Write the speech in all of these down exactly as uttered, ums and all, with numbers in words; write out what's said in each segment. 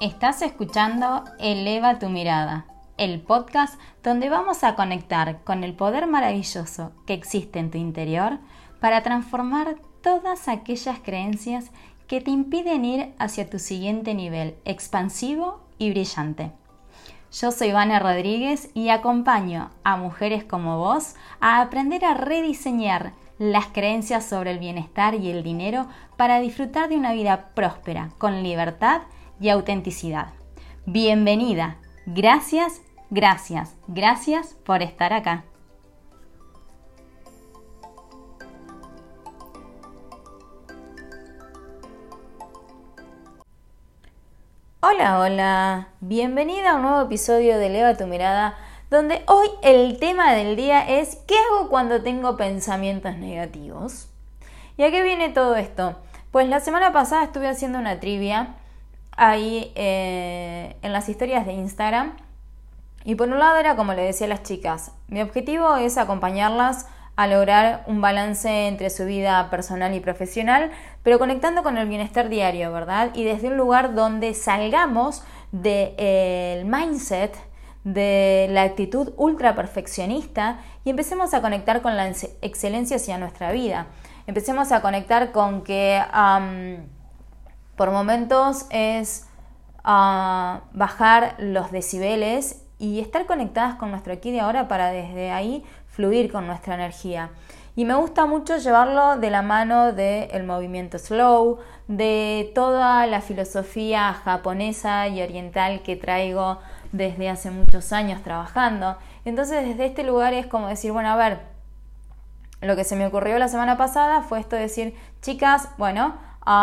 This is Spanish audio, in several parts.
Estás escuchando Eleva tu mirada, el podcast donde vamos a conectar con el poder maravilloso que existe en tu interior para transformar todas aquellas creencias que te impiden ir hacia tu siguiente nivel expansivo y brillante. Yo soy Vane Rodríguez y acompaño a mujeres como vos a aprender a rediseñar las creencias sobre el bienestar y el dinero para disfrutar de una vida próspera, con libertad y autenticidad. Bienvenida, gracias, gracias, gracias por estar acá. Hola, hola, bienvenida a un nuevo episodio de Eleva tu mirada, donde hoy el tema del día es ¿qué hago cuando tengo pensamientos negativos? ¿Y a qué viene todo esto? Pues la semana pasada estuve haciendo una trivia ahí eh, en las historias de Instagram y por un lado era como le decía a las chicas, mi objetivo es acompañarlas a lograr un balance entre su vida personal y profesional, pero conectando con el bienestar diario, ¿verdad? Y desde un lugar donde salgamos del eh, mindset, de la actitud ultra perfeccionista y empecemos a conectar con la excelencia hacia nuestra vida. Empecemos a conectar con que um, por momentos es uh, bajar los decibeles y estar conectadas con nuestro aquí y ahora para desde ahí fluir con nuestra energía. Y me gusta mucho llevarlo de la mano del movimiento slow, de toda la filosofía japonesa y oriental que traigo desde hace muchos años trabajando. Entonces desde este lugar es como decir, bueno, a ver, lo que se me ocurrió la semana pasada fue esto de decir, chicas, bueno,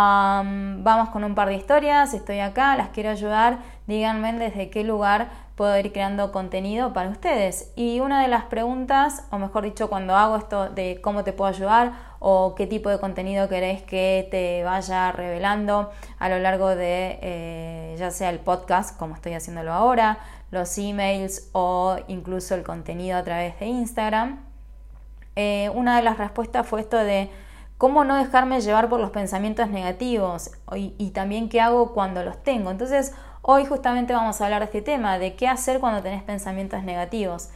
um, vamos con un par de historias, estoy acá, las quiero ayudar, díganme desde qué lugar puedo ir creando contenido para ustedes. Y una de las preguntas, o mejor dicho, cuando hago esto de cómo te puedo ayudar o qué tipo de contenido querés que te vaya revelando a lo largo de eh, ya sea el podcast, como estoy haciéndolo ahora, los emails o incluso el contenido a través de Instagram, eh, una de las respuestas fue esto de cómo no dejarme llevar por los pensamientos negativos y, y también qué hago cuando los tengo. Entonces, hoy justamente vamos a hablar de este tema, de qué hacer cuando tenés pensamientos negativos.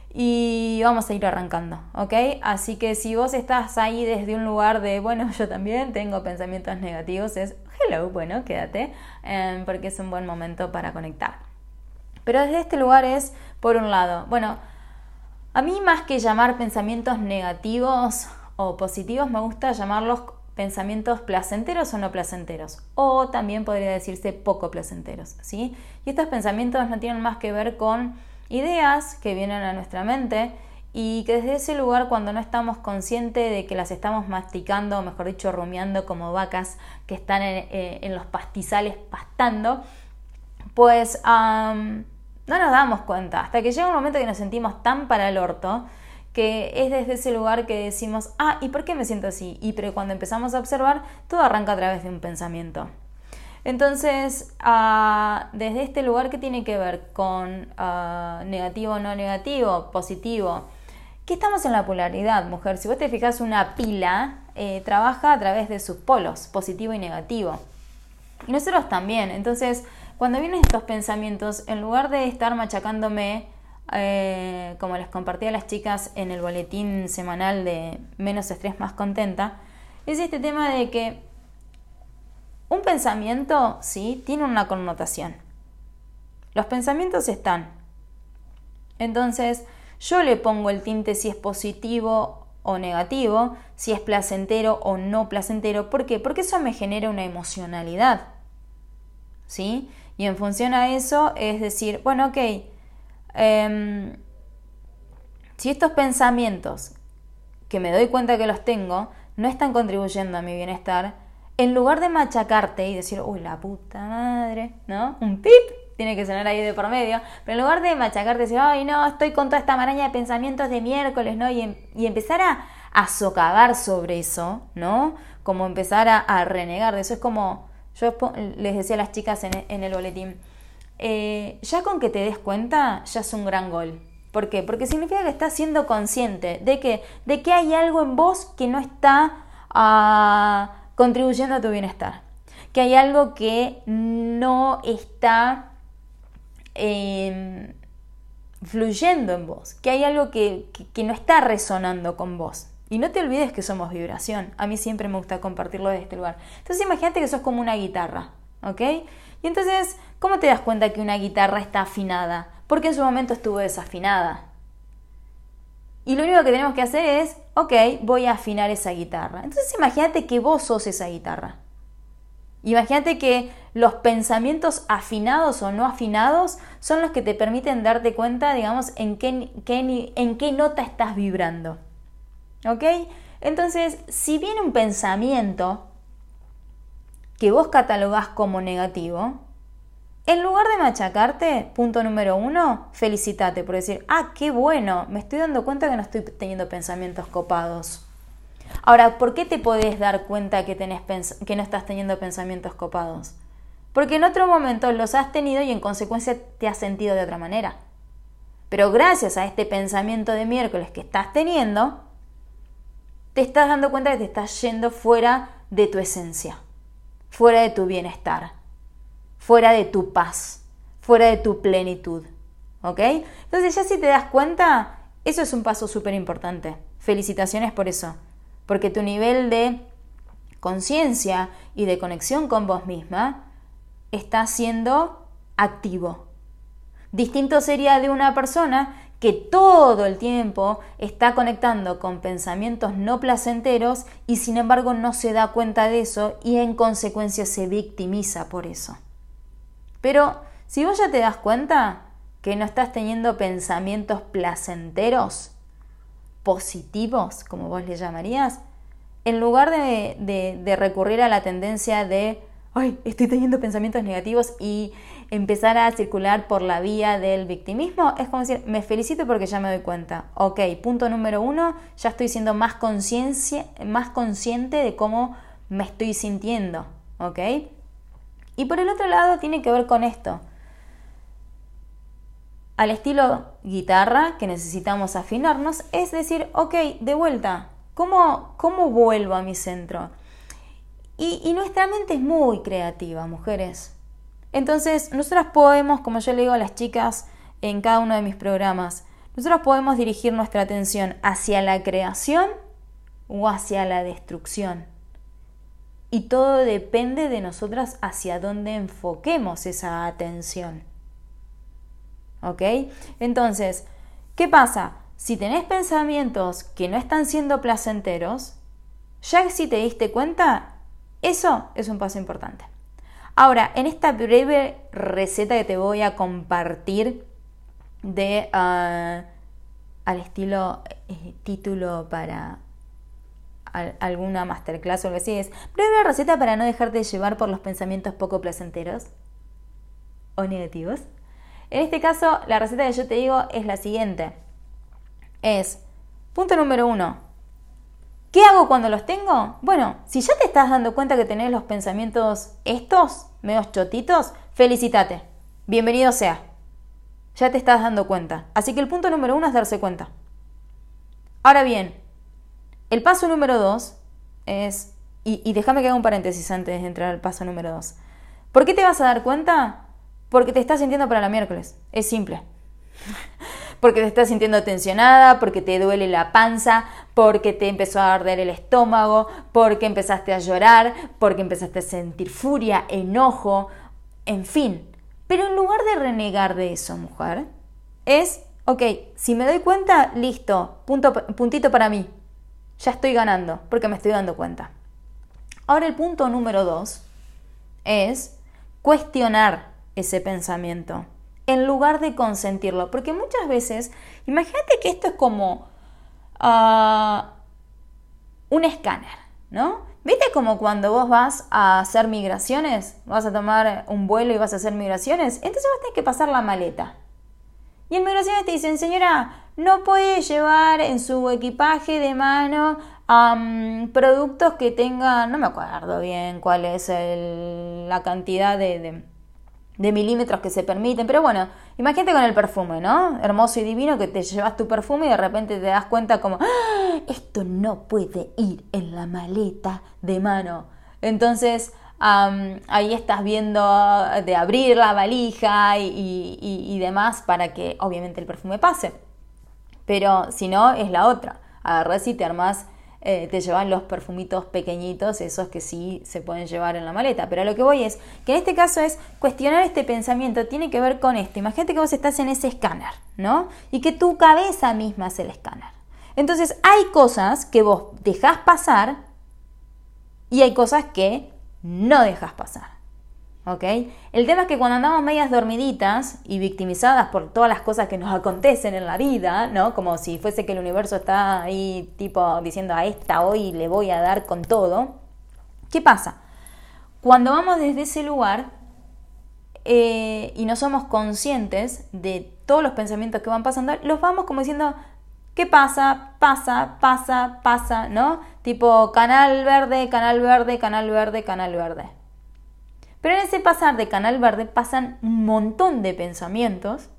Y vamos a ir arrancando, ¿ok? Así que si vos estás ahí desde un lugar de, bueno, yo también tengo pensamientos negativos, es hello, bueno, quédate, eh, porque es un buen momento para conectar. Pero desde este lugar es, por un lado, bueno, a mí más que llamar pensamientos negativos o positivos, me gusta llamarlos pensamientos placenteros o no placenteros, o también podría decirse poco placenteros, ¿sí? Y estos pensamientos no tienen más que ver con ideas que vienen a nuestra mente y que desde ese lugar, cuando no estamos conscientes de que las estamos masticando, o mejor dicho, rumiando como vacas que están en, eh, en los pastizales pastando, pues um, no nos damos cuenta, hasta que llega un momento que nos sentimos tan para el orto, que es desde ese lugar que decimos, ah, ¿y por qué me siento así? Y pero cuando empezamos a observar, todo arranca a través de un pensamiento. Entonces, uh, desde este lugar, ¿qué tiene que ver con uh, negativo, no negativo, positivo? Que estamos en la polaridad, mujer. Si vos te fijas, una pila eh, trabaja a través de sus polos, positivo y negativo. Y nosotros también. Entonces, cuando vienen estos pensamientos, en lugar de estar machacándome, Eh, como les compartí a las chicas en el boletín semanal de Menos Estrés, Más Contenta, es este tema de que un pensamiento, sí, tiene una connotación. Los pensamientos están. Entonces, yo le pongo el tinte si es positivo o negativo, si es placentero o no placentero. ¿Por qué? Porque eso me genera una emocionalidad, ¿sí? Y en función a eso es decir, bueno, ok, Um, si estos pensamientos, que me doy cuenta que los tengo, no están contribuyendo a mi bienestar, en lugar de machacarte y decir, uy, la puta madre, ¿no? Un pip tiene que sonar ahí de por medio, pero en lugar de machacarte y decir, ay, no, estoy con toda esta maraña de pensamientos de miércoles, ¿no? Y, y empezar a, a socavar sobre eso, ¿no? Como empezar a, a renegar de eso. Es como, yo les decía a las chicas en, en el boletín, Eh, ya con que te des cuenta ya es un gran gol. ¿Por qué? Porque significa que estás siendo consciente de que, de que hay algo en vos que no está uh, contribuyendo a tu bienestar. que hay algo que no está eh, fluyendo en vos, que hay algo que, que, que no está resonando con vos. Y no te olvides que somos vibración. A mí siempre me gusta compartirlo desde este lugar. Entonces imagínate que sos como una guitarra, ¿ok? Y entonces, ¿cómo te das cuenta que una guitarra está afinada? Porque en su momento estuvo desafinada. Y lo único que tenemos que hacer es, ok, voy a afinar esa guitarra. Entonces imagínate que vos sos esa guitarra. Imagínate que los pensamientos afinados o no afinados son los que te permiten darte cuenta, digamos, en qué, qué, en qué nota estás vibrando. ¿Ok? Entonces, si viene un pensamiento que vos catalogás como negativo, en lugar de machacarte, punto número uno, felicitate por decir, ah, qué bueno, me estoy dando cuenta que no estoy teniendo pensamientos copados. Ahora, ¿por qué te podés dar cuenta que, tenés pens- que no estás teniendo pensamientos copados? Porque en otro momento los has tenido y en consecuencia te has sentido de otra manera. Pero gracias a este pensamiento de miércoles que estás teniendo, te estás dando cuenta que te estás yendo fuera de tu esencia, fuera de tu bienestar, fuera de tu paz, fuera de tu plenitud. ¿Ok? Entonces ya si te das cuenta, eso es un paso súper importante. Felicitaciones por eso. Porque tu nivel de conciencia y de conexión con vos misma está siendo activo. Distinto sería de una persona que todo el tiempo está conectando con pensamientos no placenteros y sin embargo no se da cuenta de eso y en consecuencia se victimiza por eso. Pero si vos ya te das cuenta que no estás teniendo pensamientos placenteros, positivos, como vos le llamarías, en lugar de, de, de recurrir a la tendencia de ay, estoy teniendo pensamientos negativos y empezar a circular por la vía del victimismo, es como decir, me felicito porque ya me doy cuenta. Ok, punto número uno, ya estoy siendo más conciencia, más consciente de cómo me estoy sintiendo. Ok. Y por el otro lado tiene que ver con esto. Al estilo guitarra, que necesitamos afinarnos, es decir, ok, de vuelta, ¿cómo, cómo vuelvo a mi centro? Y, y nuestra mente es muy creativa, mujeres. Entonces, nosotras podemos, como yo le digo a las chicas en cada uno de mis programas, nosotros podemos dirigir nuestra atención hacia la creación o hacia la destrucción. Y todo depende de nosotras hacia dónde enfoquemos esa atención. ¿Ok? Entonces, ¿qué pasa? Si tenés pensamientos que no están siendo placenteros, ya si te diste cuenta, eso es un paso importante. Ahora, en esta breve receta que te voy a compartir de uh, al estilo eh, título para a, alguna masterclass o algo así, es breve receta para no dejarte llevar por los pensamientos poco placenteros o negativos. En este caso, la receta que yo te digo es la siguiente. Es, punto número uno, ¿qué hago cuando los tengo? Bueno, si ya te estás dando cuenta que tenés los pensamientos estos, medios chotitos, felicitate. Bienvenido sea. Ya te estás dando cuenta. Así que el punto número uno es darse cuenta. Ahora bien, el paso número dos es, y, y déjame que haga un paréntesis antes de entrar al paso número dos. ¿Por qué te vas a dar cuenta? Porque te estás sintiendo para la miércoles. Es simple. Porque te estás sintiendo tensionada, porque te duele la panza, porque te empezó a arder el estómago, porque empezaste a llorar, porque empezaste a sentir furia, enojo, en fin. Pero en lugar de renegar de eso, mujer, es, ok, si me doy cuenta, listo, punto, puntito para mí. Ya estoy ganando, porque me estoy dando cuenta. Ahora el punto número dos es cuestionar ese pensamiento, en lugar de consentirlo. Porque muchas veces, imagínate que esto es como uh, un escáner, ¿no? ¿Viste como cuando vos vas a hacer migraciones? Vas a tomar un vuelo y vas a hacer migraciones. Entonces vos tenés que pasar la maleta. Y en migraciones te dicen, señora, no puede llevar en su equipaje de mano um, productos que tengan, no me acuerdo bien cuál es el, la cantidad de... de de milímetros que se permiten, pero bueno, imagínate con el perfume, ¿no? Hermoso y divino que te llevas tu perfume y de repente te das cuenta como, ¡ah! Esto no puede ir en la maleta de mano. Entonces, Um, ahí estás viendo de abrir la valija y, y, y demás para que obviamente el perfume pase. Pero si no, es la otra. Agarrás y te armás, eh, te llevan los perfumitos pequeñitos, esos que sí se pueden llevar en la maleta. Pero a lo que voy es que en este caso es cuestionar este pensamiento, tiene que ver con esto. Imagínate que vos estás en ese escáner, ¿no? Y que tu cabeza misma es el escáner. Entonces hay cosas que vos dejás pasar y hay cosas que no dejas pasar, ¿ok? El tema es que cuando andamos medias dormiditas y victimizadas por todas las cosas que nos acontecen en la vida, ¿no? Como si fuese que el universo está ahí tipo diciendo a esta hoy le voy a dar con todo. ¿Qué pasa? Cuando vamos desde ese lugar eh, y no somos conscientes de todos los pensamientos que van pasando, los vamos como diciendo... ¿Qué pasa? Pasa, pasa, pasa, ¿no? Tipo canal verde, canal verde, canal verde, canal verde. Pero en ese pasar de canal verde pasan un montón de pensamientos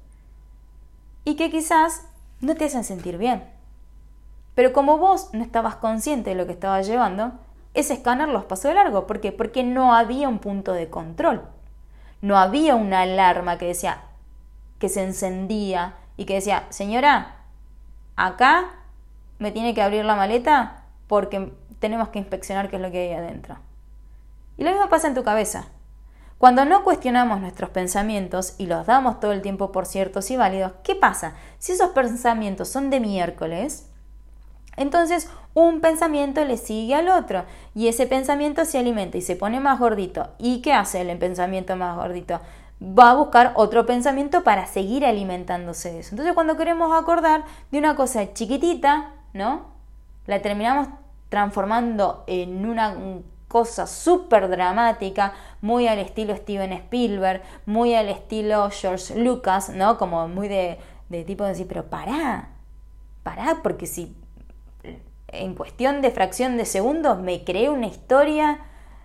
y que quizás no te hacen sentir bien. Pero como vos no estabas consciente de lo que estabas llevando, ese escáner los pasó de largo. ¿Por qué? Porque no había un punto de control. No había una alarma que decía, que se encendía y que decía, señora, acá me tiene que abrir la maleta porque tenemos que inspeccionar qué es lo que hay adentro. Y lo mismo pasa en tu cabeza. Cuando no cuestionamos nuestros pensamientos y los damos todo el tiempo por ciertos y válidos, ¿qué pasa? Si esos pensamientos son de miércoles, entonces un pensamiento le sigue al otro y ese pensamiento se alimenta y se pone más gordito. ¿Y qué hace el pensamiento más gordito? Va a buscar otro pensamiento para seguir alimentándose de eso. Entonces cuando queremos acordar de una cosa chiquitita, ¿no? La terminamos transformando en una cosa súper dramática, muy al estilo Steven Spielberg, muy al estilo George Lucas, ¿no? Como muy de, de tipo de decir, pero pará, pará, porque si en cuestión de fracción de segundos me creé una historia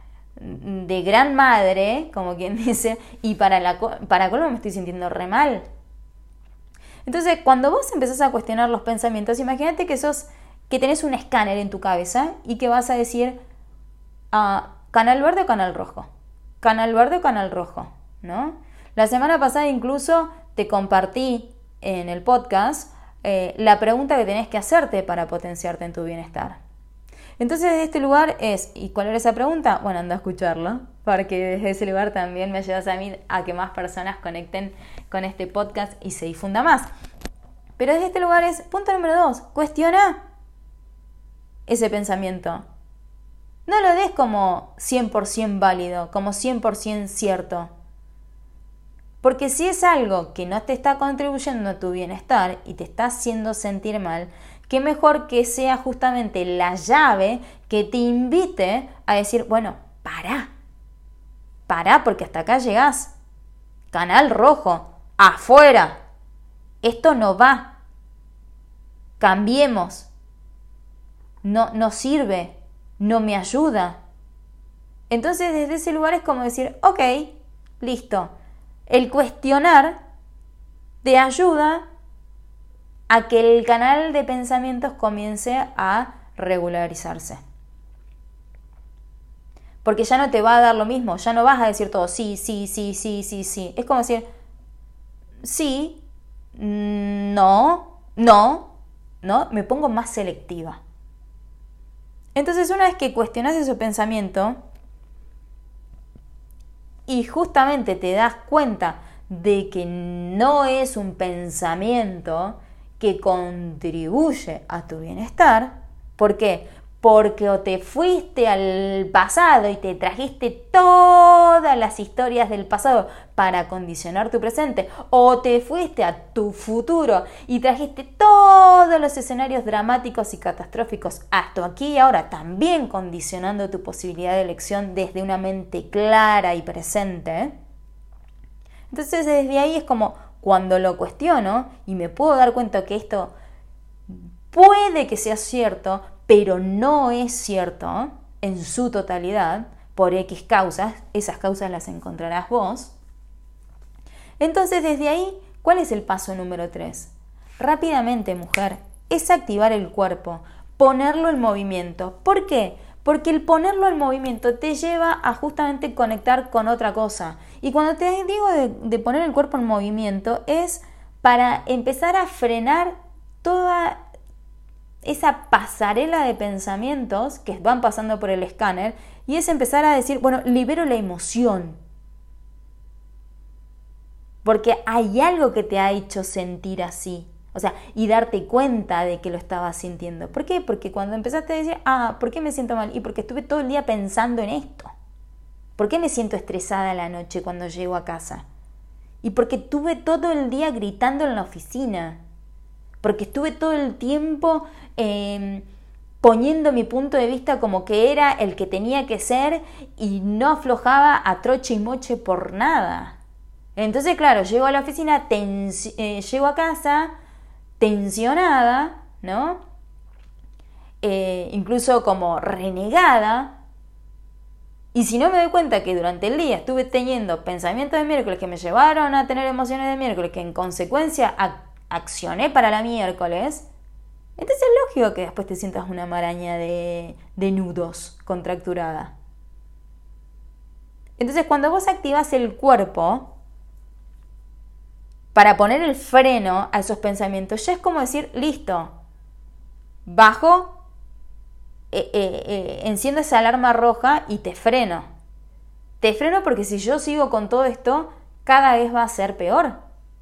de gran madre, como quien dice, y para la para colmo me estoy sintiendo re mal. Entonces, cuando vos empezás a cuestionar los pensamientos, imagínate que sos, que tenés un escáner en tu cabeza y que vas a decir uh, canal verde o canal rojo, canal verde o canal rojo, ¿no? La semana pasada incluso te compartí en el podcast eh, la pregunta que tenés que hacerte para potenciarte en tu bienestar. Entonces desde este lugar es, ¿y cuál era esa pregunta? Bueno, anda a escucharlo, porque desde ese lugar también me ayudas a mí a que más personas conecten con este podcast y se difunda más. Pero desde este lugar es, punto número dos, cuestiona ese pensamiento. No lo des como cien por ciento válido, como cien por ciento cierto. Porque si es algo que no te está contribuyendo a tu bienestar y te está haciendo sentir mal, qué mejor que sea justamente la llave que te invite a decir, bueno, pará, pará porque hasta acá llegás. Canal rojo, afuera, esto no va, cambiemos, no, no sirve, no me ayuda. Entonces desde ese lugar es como decir, ok, listo, el cuestionar te ayuda a que el canal de pensamientos comience a regularizarse. Porque ya no te va a dar lo mismo, ya no vas a decir todo sí, sí, sí, sí, sí, sí. Es como decir sí, no, no, no, me pongo más selectiva. Entonces una vez que cuestionas ese pensamiento y justamente te das cuenta de que no es un pensamiento que contribuye a tu bienestar. ¿Por qué? Porque o te fuiste al pasado y te trajiste todas las historias del pasado para condicionar tu presente, o te fuiste a tu futuro y trajiste todos los escenarios dramáticos y catastróficos hasta aquí y ahora, también condicionando tu posibilidad de elección desde una mente clara y presente. Entonces desde ahí es como cuando lo cuestiono y me puedo dar cuenta que esto puede que sea cierto, pero no es cierto en su totalidad, por X causas, esas causas las encontrarás vos. Entonces desde ahí, ¿cuál es el paso número tres? Rápidamente, mujer, es activar el cuerpo, ponerlo en movimiento. ¿Por qué? Porque el ponerlo en movimiento te lleva a justamente conectar con otra cosa. Y cuando te digo de, de poner el cuerpo en movimiento es para empezar a frenar toda esa pasarela de pensamientos que van pasando por el escáner y es empezar a decir, bueno, libero la emoción. Porque hay algo que te ha hecho sentir así. O sea, y darte cuenta de que lo estabas sintiendo. ¿Por qué? Porque cuando empezaste a decir, ah, ¿por qué me siento mal? Y porque estuve todo el día pensando en esto. ¿Por qué me siento estresada a la noche cuando llego a casa? Y porque estuve todo el día gritando en la oficina. Porque estuve todo el tiempo eh, poniendo mi punto de vista como que era el que tenía que ser y no aflojaba a troche y moche por nada. Entonces, claro, llego a la oficina, tensi- eh, llego a casa tensionada, ¿no? Eh, incluso como renegada. Y si no me doy cuenta que durante el día estuve teniendo pensamientos de miércoles que me llevaron a tener emociones de miércoles, que en consecuencia ac- accioné para la miércoles, entonces es lógico que después te sientas una maraña de, de nudos contracturada. Entonces cuando vos activas el cuerpo para poner el freno a esos pensamientos, ya es como decir, listo, bajo, eh, eh, eh, enciendo esa alarma roja y te freno. Te freno porque si yo sigo con todo esto, cada vez va a ser peor.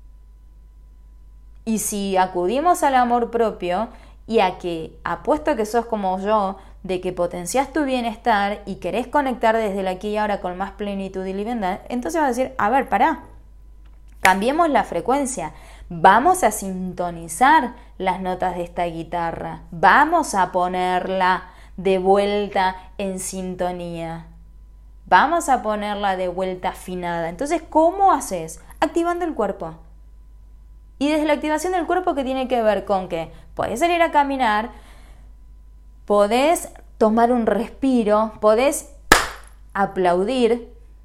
Y si acudimos al amor propio y a que apuesto que sos como yo, de que potenciás tu bienestar y querés conectar desde el aquí y ahora con más plenitud y liviandad, entonces vas a decir, a ver, pará. Cambiemos la frecuencia, vamos a sintonizar las notas de esta guitarra, vamos a ponerla de vuelta en sintonía, vamos a ponerla de vuelta afinada. Entonces, ¿cómo haces? Activando el cuerpo. Y desde la activación del cuerpo, que tiene que ver con que podés salir a caminar, podés tomar un respiro, podés aplaudir.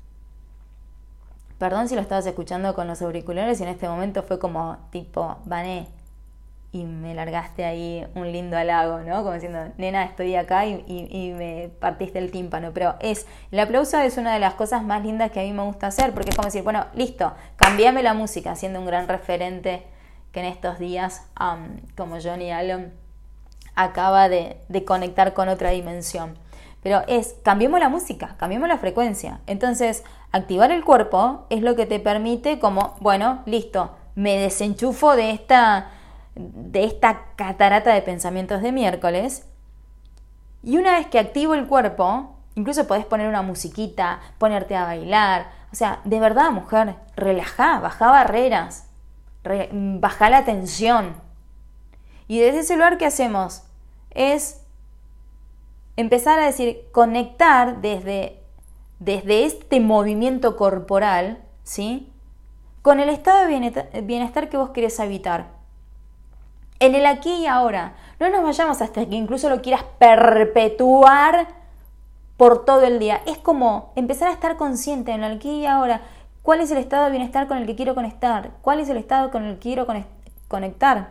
Perdón si lo estabas escuchando con los auriculares y en este momento fue como tipo, Vané, y me largaste ahí un lindo halago, ¿no? Como diciendo, nena, estoy acá y, y, y me partiste el tímpano. Pero es, el aplauso es una de las cosas más lindas que a mí me gusta hacer, porque es como decir, bueno, listo, cambiame la música, siendo un gran referente que en estos días, um, como Johnny Allen, acaba de, de conectar con otra dimensión. Pero es, cambiemos la música, cambiemos la frecuencia. Entonces, activar el cuerpo es lo que te permite como, bueno, listo, me desenchufo de esta, de esta catarata de pensamientos de miércoles. Y una vez que activo el cuerpo, incluso podés poner una musiquita, ponerte a bailar. O sea, de verdad, mujer, relajá, bajá barreras, re, bajá la tensión. Y desde ese lugar, ¿qué hacemos? Es empezar a decir, conectar desde, desde este movimiento corporal, ¿sí?, con el estado de bienestar que vos querés habitar. En el aquí y ahora. No nos vayamos hasta que incluso lo quieras perpetuar por todo el día. Es como empezar a estar consciente en el aquí y ahora. ¿Cuál es el estado de bienestar con el que quiero conectar? ¿Cuál es el estado con el que quiero conectar?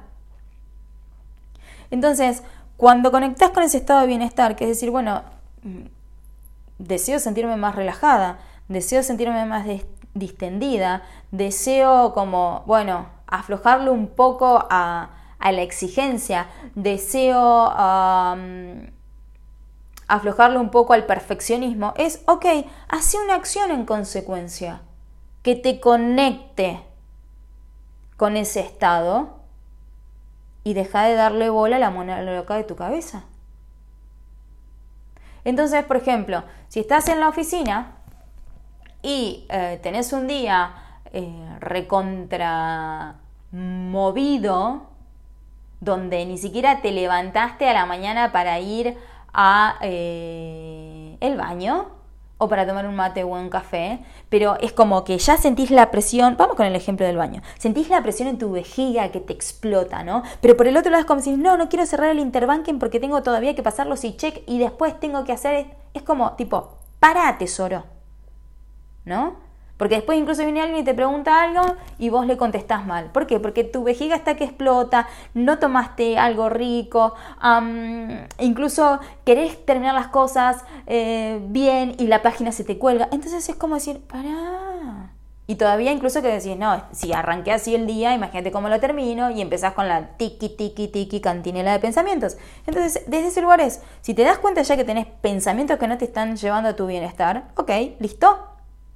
Entonces, cuando conectás con ese estado de bienestar, que es decir, bueno, deseo sentirme más relajada, deseo sentirme más distendida, deseo como, bueno, aflojarle un poco a, a la exigencia, deseo um, aflojarle un poco al perfeccionismo, es, ok, hace una acción en consecuencia que te conecte con ese estado. Y deja de darle bola a la mona loca de tu cabeza. Entonces, por ejemplo, si estás en la oficina y eh, tenés un día eh, recontra movido, donde ni siquiera te levantaste a la mañana para ir a eh, el baño, o para tomar un mate o un café, pero es como que ya sentís la presión, vamos con el ejemplo del baño, sentís la presión en tu vejiga que te explota, ¿no? Pero por el otro lado es como si, no, no quiero cerrar el interbanking porque tengo todavía que pasar los e-check y después tengo que hacer, es como tipo, para, tesoro, ¿no? Porque después incluso viene alguien y te pregunta algo y vos le contestás mal. ¿Por qué? Porque tu vejiga está que explota, no tomaste algo rico, um, incluso querés terminar las cosas eh, bien y la página se te cuelga. Entonces es como decir, pará. Y todavía incluso que decís, no, si arranqué así el día, imagínate cómo lo termino, y empezás con la tiki, tiki, tiki, cantinela de pensamientos. Entonces, desde ese lugar es, si te das cuenta ya que tenés pensamientos que no te están llevando a tu bienestar, ok, listo.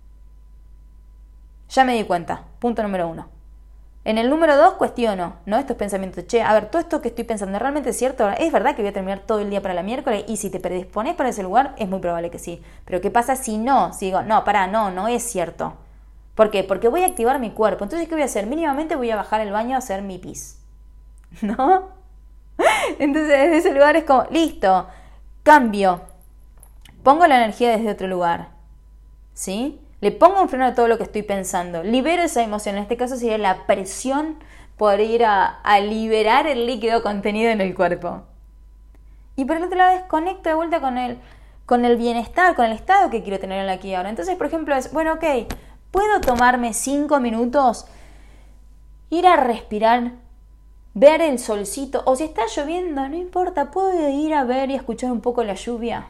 Ya me di cuenta, punto número uno. En el número dos cuestiono, ¿no? Estos pensamientos, che, a ver, todo esto que estoy pensando, ¿realmente es cierto? ¿Es verdad que voy a terminar todo el día para la miércoles? Y si te predispones para ese lugar, es muy probable que sí. Pero ¿qué pasa si no? Si digo, no, pará, no, no es cierto. ¿Por qué? Porque voy a activar mi cuerpo. Entonces, ¿qué voy a hacer? Mínimamente voy a bajar al baño a hacer mi pis. ¿No? Entonces, desde ese lugar es como, listo, cambio. Pongo la energía desde otro lugar. ¿Sí? Le pongo un freno a todo lo que estoy pensando. Libero esa emoción. En este caso sería la presión por ir a, a liberar el líquido contenido en el cuerpo. Y por el otro lado es conecto de vuelta con el, con el bienestar, con el estado que quiero tener en la aquí y ahora. Entonces, por ejemplo, es, bueno, ok, puedo tomarme cinco minutos, ir a respirar, ver el solcito, o si está lloviendo, no importa, puedo ir a ver y escuchar un poco la lluvia.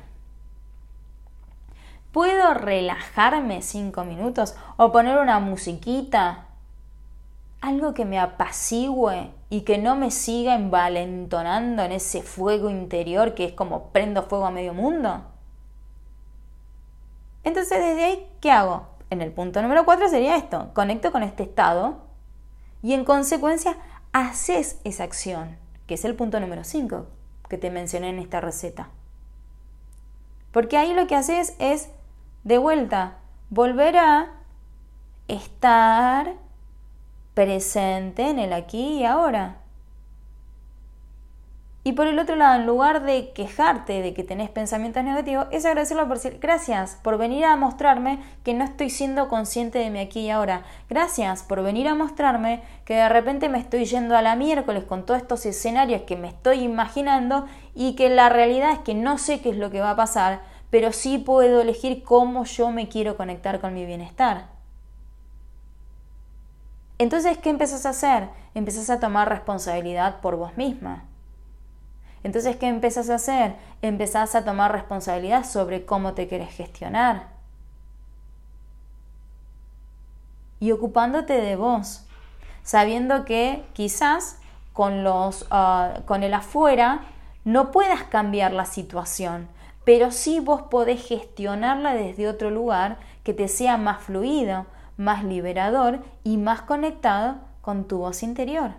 ¿Puedo relajarme cinco minutos o poner una musiquita? Algo que me apacigüe y que no me siga envalentonando en ese fuego interior que es como prendo fuego a medio mundo. Entonces, desde ahí, ¿qué hago? En el punto número cuatro sería esto. Conecto con este estado y en consecuencia haces esa acción, que es el punto número cinco que te mencioné en esta receta. Porque ahí lo que haces es, de vuelta, volver a estar presente en el aquí y ahora. Y por el otro lado, en lugar de quejarte de que tenés pensamientos negativos, es agradecerlo por decir, gracias por venir a mostrarme que no estoy siendo consciente de mi aquí y ahora. Gracias por venir a mostrarme que de repente me estoy yendo a la miércoles con todos estos escenarios que me estoy imaginando y que la realidad es que no sé qué es lo que va a pasar, pero sí puedo elegir cómo yo me quiero conectar con mi bienestar. Entonces, ¿qué empezás a hacer? Empezás a tomar responsabilidad por vos misma. Entonces, ¿qué empezás a hacer? Empezás a tomar responsabilidad sobre cómo te querés gestionar. Y ocupándote de vos, sabiendo que quizás con, los, uh, con el afuera no puedas cambiar la situación, pero sí vos podés gestionarla desde otro lugar que te sea más fluido, más liberador y más conectado con tu voz interior.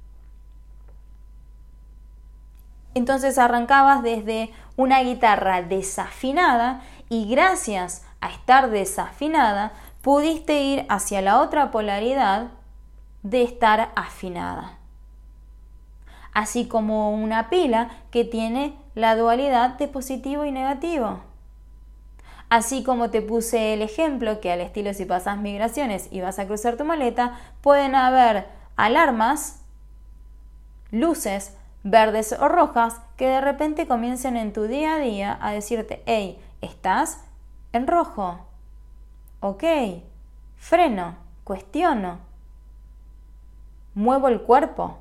Entonces arrancabas desde una guitarra desafinada y gracias a estar desafinada pudiste ir hacia la otra polaridad de estar afinada. Así como una pila que tiene la dualidad de positivo y negativo. Así como te puse el ejemplo que al estilo si pasas migraciones y vas a cruzar tu maleta, pueden haber alarmas, luces verdes o rojas que de repente comiencen en tu día a día a decirte, hey, estás en rojo, ok, freno, cuestiono, muevo el cuerpo,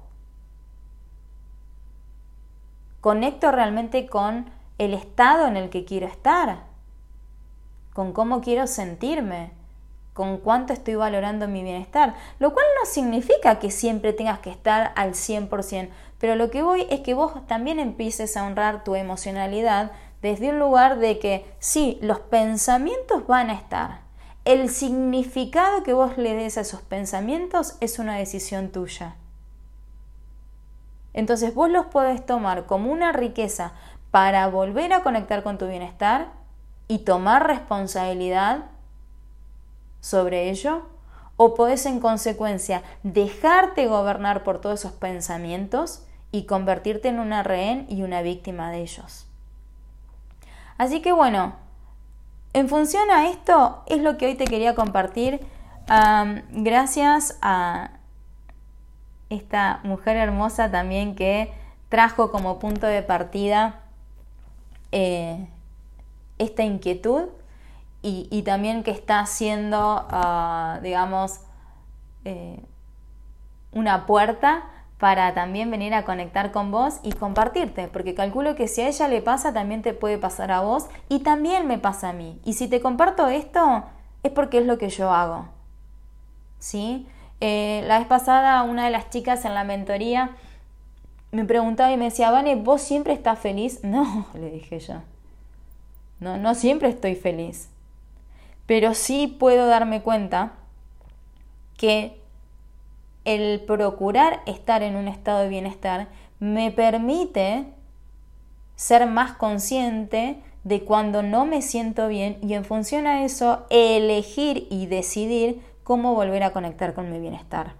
conecto realmente con el estado en el que quiero estar, con cómo quiero sentirme, con cuánto estoy valorando mi bienestar, lo cual no significa que siempre tengas que estar al cien por ciento, pero lo que voy es que vos también empieces a honrar tu emocionalidad desde un lugar de que sí, los pensamientos van a estar, el significado que vos le des a esos pensamientos es una decisión tuya. Entonces vos los podés tomar como una riqueza para volver a conectar con tu bienestar y tomar responsabilidad sobre ello, o podés en consecuencia dejarte gobernar por todos esos pensamientos y convertirte en una rehén y una víctima de ellos. Así que bueno, en función a esto es lo que hoy te quería compartir. Um, gracias a esta mujer hermosa también que trajo como punto de partida eh, esta inquietud. y, y también que está haciendo, uh, digamos, eh, una puerta para también venir a conectar con vos y compartirte, porque calculo que si a ella le pasa, también te puede pasar a vos y también me pasa a mí. Y si te comparto esto, es porque es lo que yo hago, ¿sí? Eh, la vez pasada, una de las chicas en la mentoría me preguntaba y me decía, Vane, ¿vos siempre estás feliz? No, le dije yo. No, no siempre estoy feliz. Pero sí puedo darme cuenta que el procurar estar en un estado de bienestar me permite ser más consciente de cuando no me siento bien y en función a eso elegir y decidir cómo volver a conectar con mi bienestar.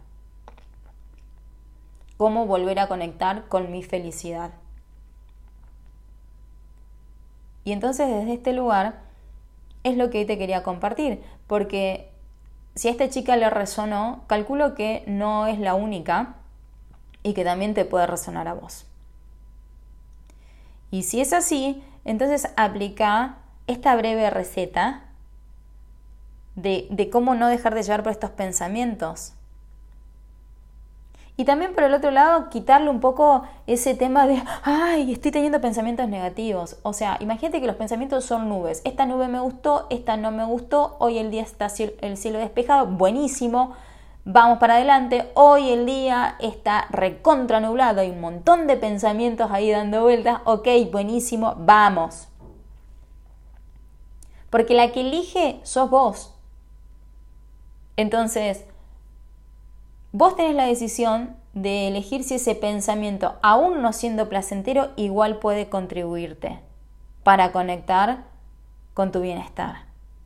Cómo volver a conectar con mi felicidad. Y entonces desde este lugar es lo que hoy te quería compartir, porque si a esta chica le resonó, calculo que no es la única y que también te puede resonar a vos. Y si es así, entonces aplica esta breve receta de, de cómo no dejar de llevar por estos pensamientos. Y también por el otro lado, quitarle un poco ese tema de, ay, estoy teniendo pensamientos negativos. O sea, imagínate que los pensamientos son nubes. Esta nube me gustó, esta no me gustó, hoy el día está el cielo despejado, buenísimo, vamos para adelante. Hoy el día está recontra nublado, hay un montón de pensamientos ahí dando vueltas, ok, buenísimo, vamos. Porque la que elige sos vos. Entonces, vos tenés la decisión de elegir si ese pensamiento, aún no siendo placentero, igual puede contribuirte para conectar con tu bienestar.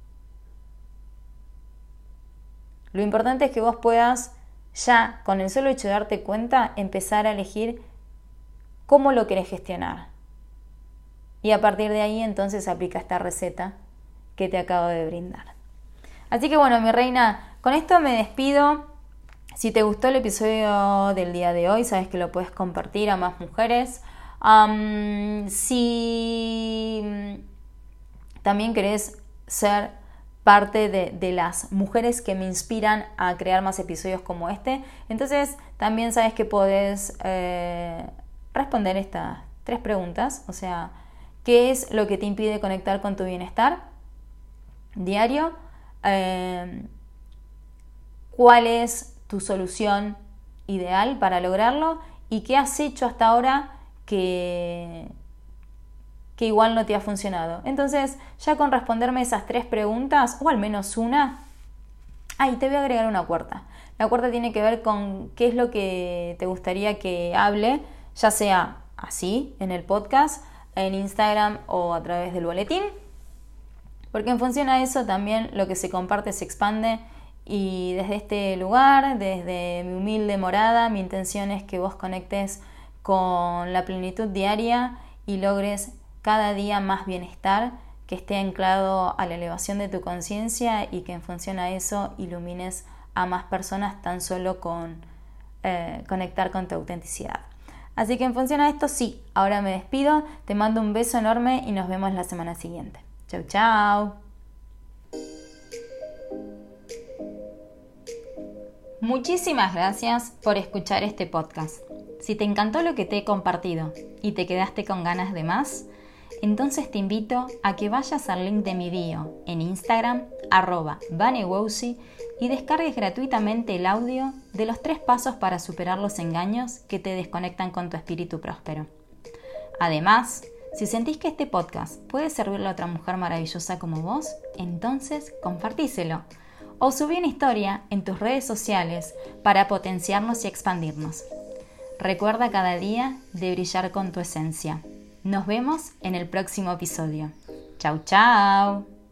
Lo importante es que vos puedas, ya con el solo hecho de darte cuenta, empezar a elegir cómo lo querés gestionar. Y a partir de ahí entonces aplica esta receta que te acabo de brindar. Así que bueno, mi reina, con esto me despido. Si te gustó el episodio del día de hoy, sabes que lo puedes compartir a más mujeres. Um, si también querés ser parte de, de las mujeres que me inspiran a crear más episodios como este, entonces también sabes que podés eh, responder estas tres preguntas. O sea, ¿qué es lo que te impide conectar con tu bienestar diario? Eh, ¿Cuál es tu solución ideal para lograrlo? ¿Y qué has hecho hasta ahora que, que igual no te ha funcionado? Entonces, ya con responderme esas tres preguntas, o al menos una, ay, te voy a agregar una cuarta. La cuarta tiene que ver con qué es lo que te gustaría que hable, ya sea así, en el podcast, en Instagram o a través del boletín, porque en función a eso también lo que se comparte se expande. Y desde este lugar, desde mi humilde morada, mi intención es que vos conectes con la plenitud diaria y logres cada día más bienestar, que esté anclado a la elevación de tu conciencia y que en función a eso ilumines a más personas tan solo con eh, conectar con tu autenticidad. Así que en función a esto, sí, ahora me despido, te mando un beso enorme y nos vemos la semana siguiente. Chau, chau. Muchísimas gracias por escuchar este podcast. Si te encantó lo que te he compartido y te quedaste con ganas de más, entonces te invito a que vayas al link de mi bio en Instagram, arroba vanewowsi, y descargues gratuitamente el audio de los tres pasos para superar los engaños que te desconectan con tu espíritu próspero. Además, si sentís que este podcast puede servirle a otra mujer maravillosa como vos, entonces compartíselo. O subí una historia en tus redes sociales para potenciarnos y expandirnos. Recuerda cada día de brillar con tu esencia. Nos vemos en el próximo episodio. Chau, chau.